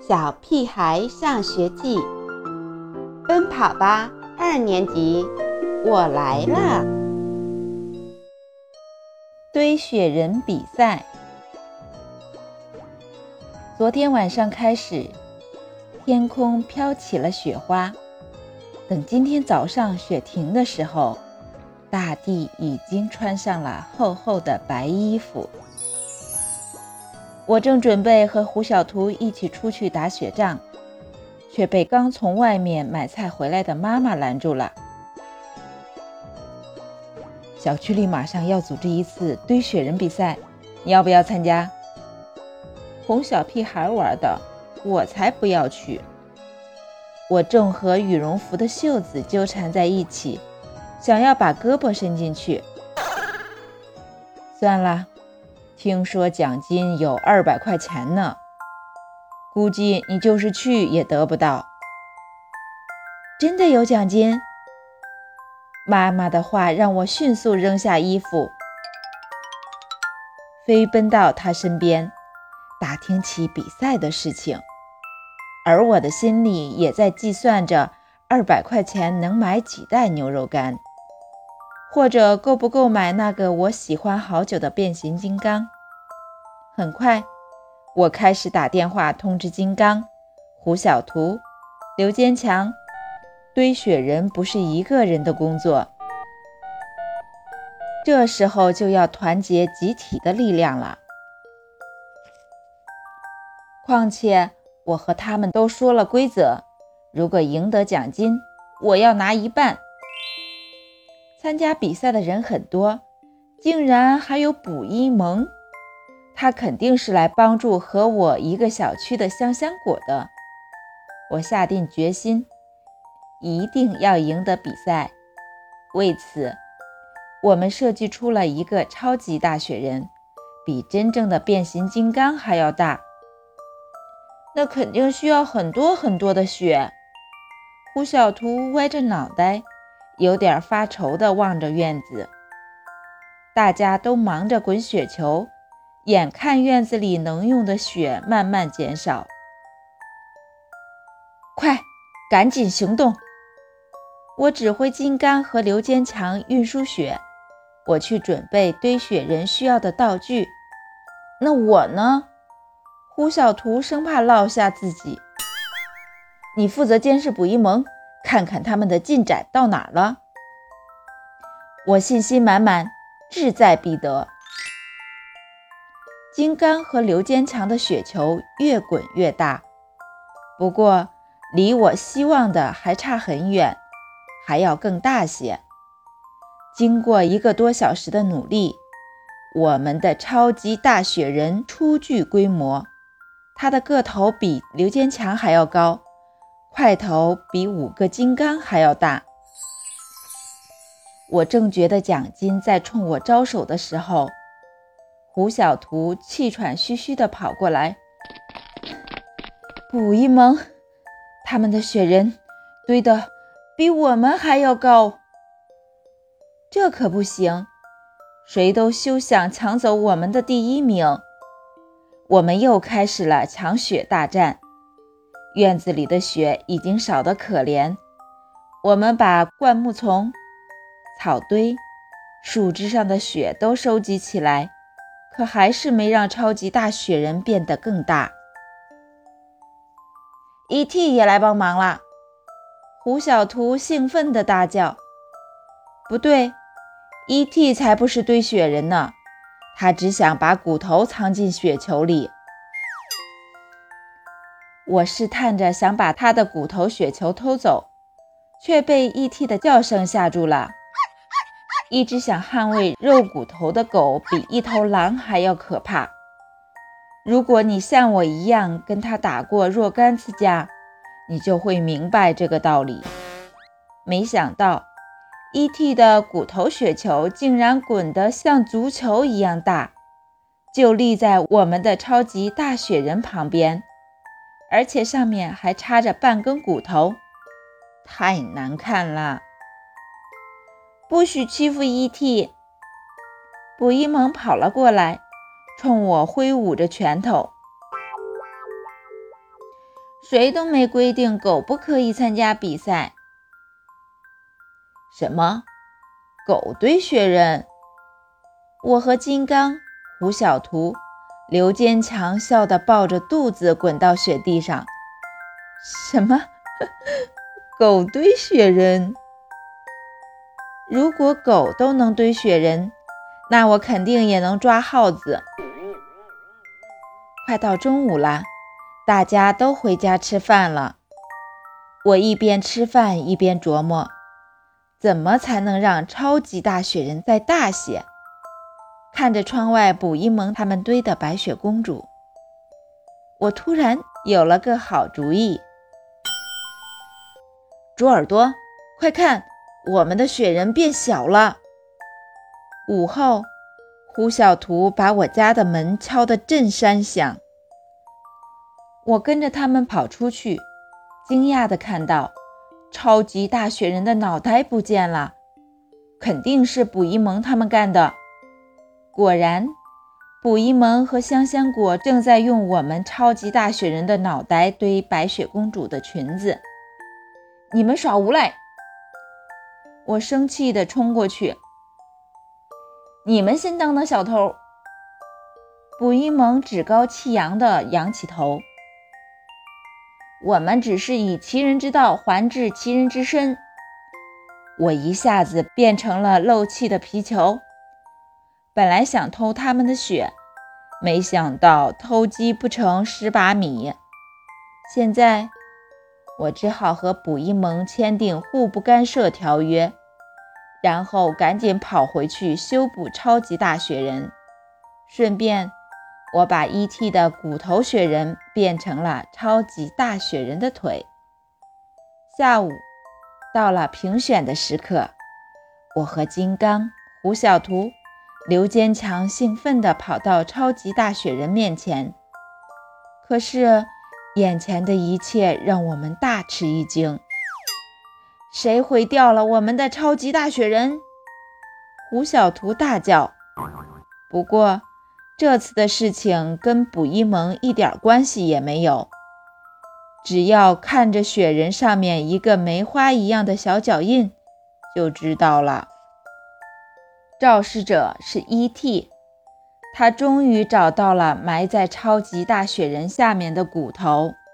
小屁孩上学记，奔跑吧2年级，我来了。 堆雪人比赛。昨天晚上开始，天空飘起了雪花。等今天早上雪停的时候，大地已经穿上了厚厚的白衣服。我正准备和胡小图一起出去打雪仗，却被刚从外面买菜回来的妈妈拦住了。小区里马上要组织一次堆雪人比赛，你要不要参加？哄小屁孩玩的，我才不要去。我正和羽绒服的袖子纠缠在一起，想要把胳膊伸进去。算了，听说奖金有200块钱呢，估计你就是去也得不到。真的有奖金？妈妈的话让我迅速扔下衣服，飞奔到她身边，打听起比赛的事情。而我的心里也在计算着200块钱能买几袋牛肉干，或者够不够买那个我喜欢好久的变形金刚。很快，我开始打电话通知金刚、胡小图、刘坚强，堆雪人不是一个人的工作，这时候就要团结集体的力量了。况且我和他们都说了规则，如果赢得奖金，我要拿1半。参加比赛的人很多，竟然还有卜一萌，他肯定是来帮助和我一个小区的香香果的。我下定决心，一定要赢得比赛。为此，我们设计出了一个超级大雪人，比真正的变形金刚还要大。那肯定需要很多很多的雪。胡小图歪着脑袋，有点发愁地望着院子。大家都忙着滚雪球，眼看院子里能用的雪慢慢减少。快，赶紧行动！我指挥金刚和刘坚强运输雪，我去准备堆雪人需要的道具。那我呢？胡小图生怕落下自己。你负责监视卜一萌，看看他们的进展到哪儿了。我信心满满，志在必得。金刚和刘坚强的雪球越滚越大，不过离我希望的还差很远，还要更大些。经过1个多小时的努力，我们的超级大雪人初具规模。他的个头比刘坚强还要高，块头比5个金刚还要大。我正觉得奖金在冲我招手的时候，胡小图气喘吁吁地跑过来。卜一萌，他们的雪人堆得比我们还要高。这可不行，谁都休想抢走我们的第1名。我们又开始了抢雪大战。院子里的雪已经少得可怜，我们把灌木丛、草堆、树枝上的雪都收集起来，可还是没让超级大雪人变得更大。ET 也来帮忙了，胡小图兴奋地大叫。不对， ET 才不是堆雪人呢，他只想把骨头藏进雪球里。我试探着想把他的骨头雪球偷走，却被 ET 的叫声吓住了。一只想捍卫肉骨头的狗比一头狼还要可怕。如果你像我一样跟他打过若干次架，你就会明白这个道理。没想到 ET 的骨头雪球竟然滚得像足球一样大，就立在我们的超级大雪人旁边，而且上面还插着半根骨头，太难看了。不许欺负 ET！ 卜一萌跑了过来，冲我挥舞着拳头。 谁都没规定狗不可以参加比赛。什么？狗堆雪人？我和金刚、胡小图、刘坚强笑得抱着肚子滚到雪地上。什么？狗堆雪人？如果狗都能堆雪人，那我肯定也能抓耗子。快到中午了，大家都回家吃饭了。我一边吃饭一边琢磨，怎么才能让超级大雪人再大些？看着窗外卜一萌他们堆的白雪公主，我突然有了个好主意。猪耳朵，快看，我们的雪人变小了。午后，胡小图把我家的门敲得震山响。我跟着他们跑出去，惊讶地看到超级大雪人的脑袋不见了，肯定是卜一萌他们干的。果然，卜一萌和香香果正在用我们超级大雪人的脑袋堆白雪公主的裙子。你们耍无赖！我生气地冲过去。你们先当的小偷！卜一萌趾高气扬地扬起头。我们只是以其人之道还治其人之身。我一下子变成了漏气的皮球。本来想偷他们的雪，没想到偷鸡不成蚀把米。现在我只好和卜一萌签订互不干涉条约，然后赶紧跑回去修补超级大雪人。顺便我把 ET 的骨头雪人变成了超级大雪人的腿。下午到了评选的时刻，我和金刚、胡小图、刘坚强兴奋地跑到超级大雪人面前。可是眼前的一切让我们大吃一惊。谁毁掉了我们的超级大雪人？胡小图大叫。不过这次的事情跟卜一萌一点关系也没有，只要看着雪人上面一个梅花一样的小脚印就知道了。肇事者是 ET， 他终于找到了埋在超级大雪人下面的骨头。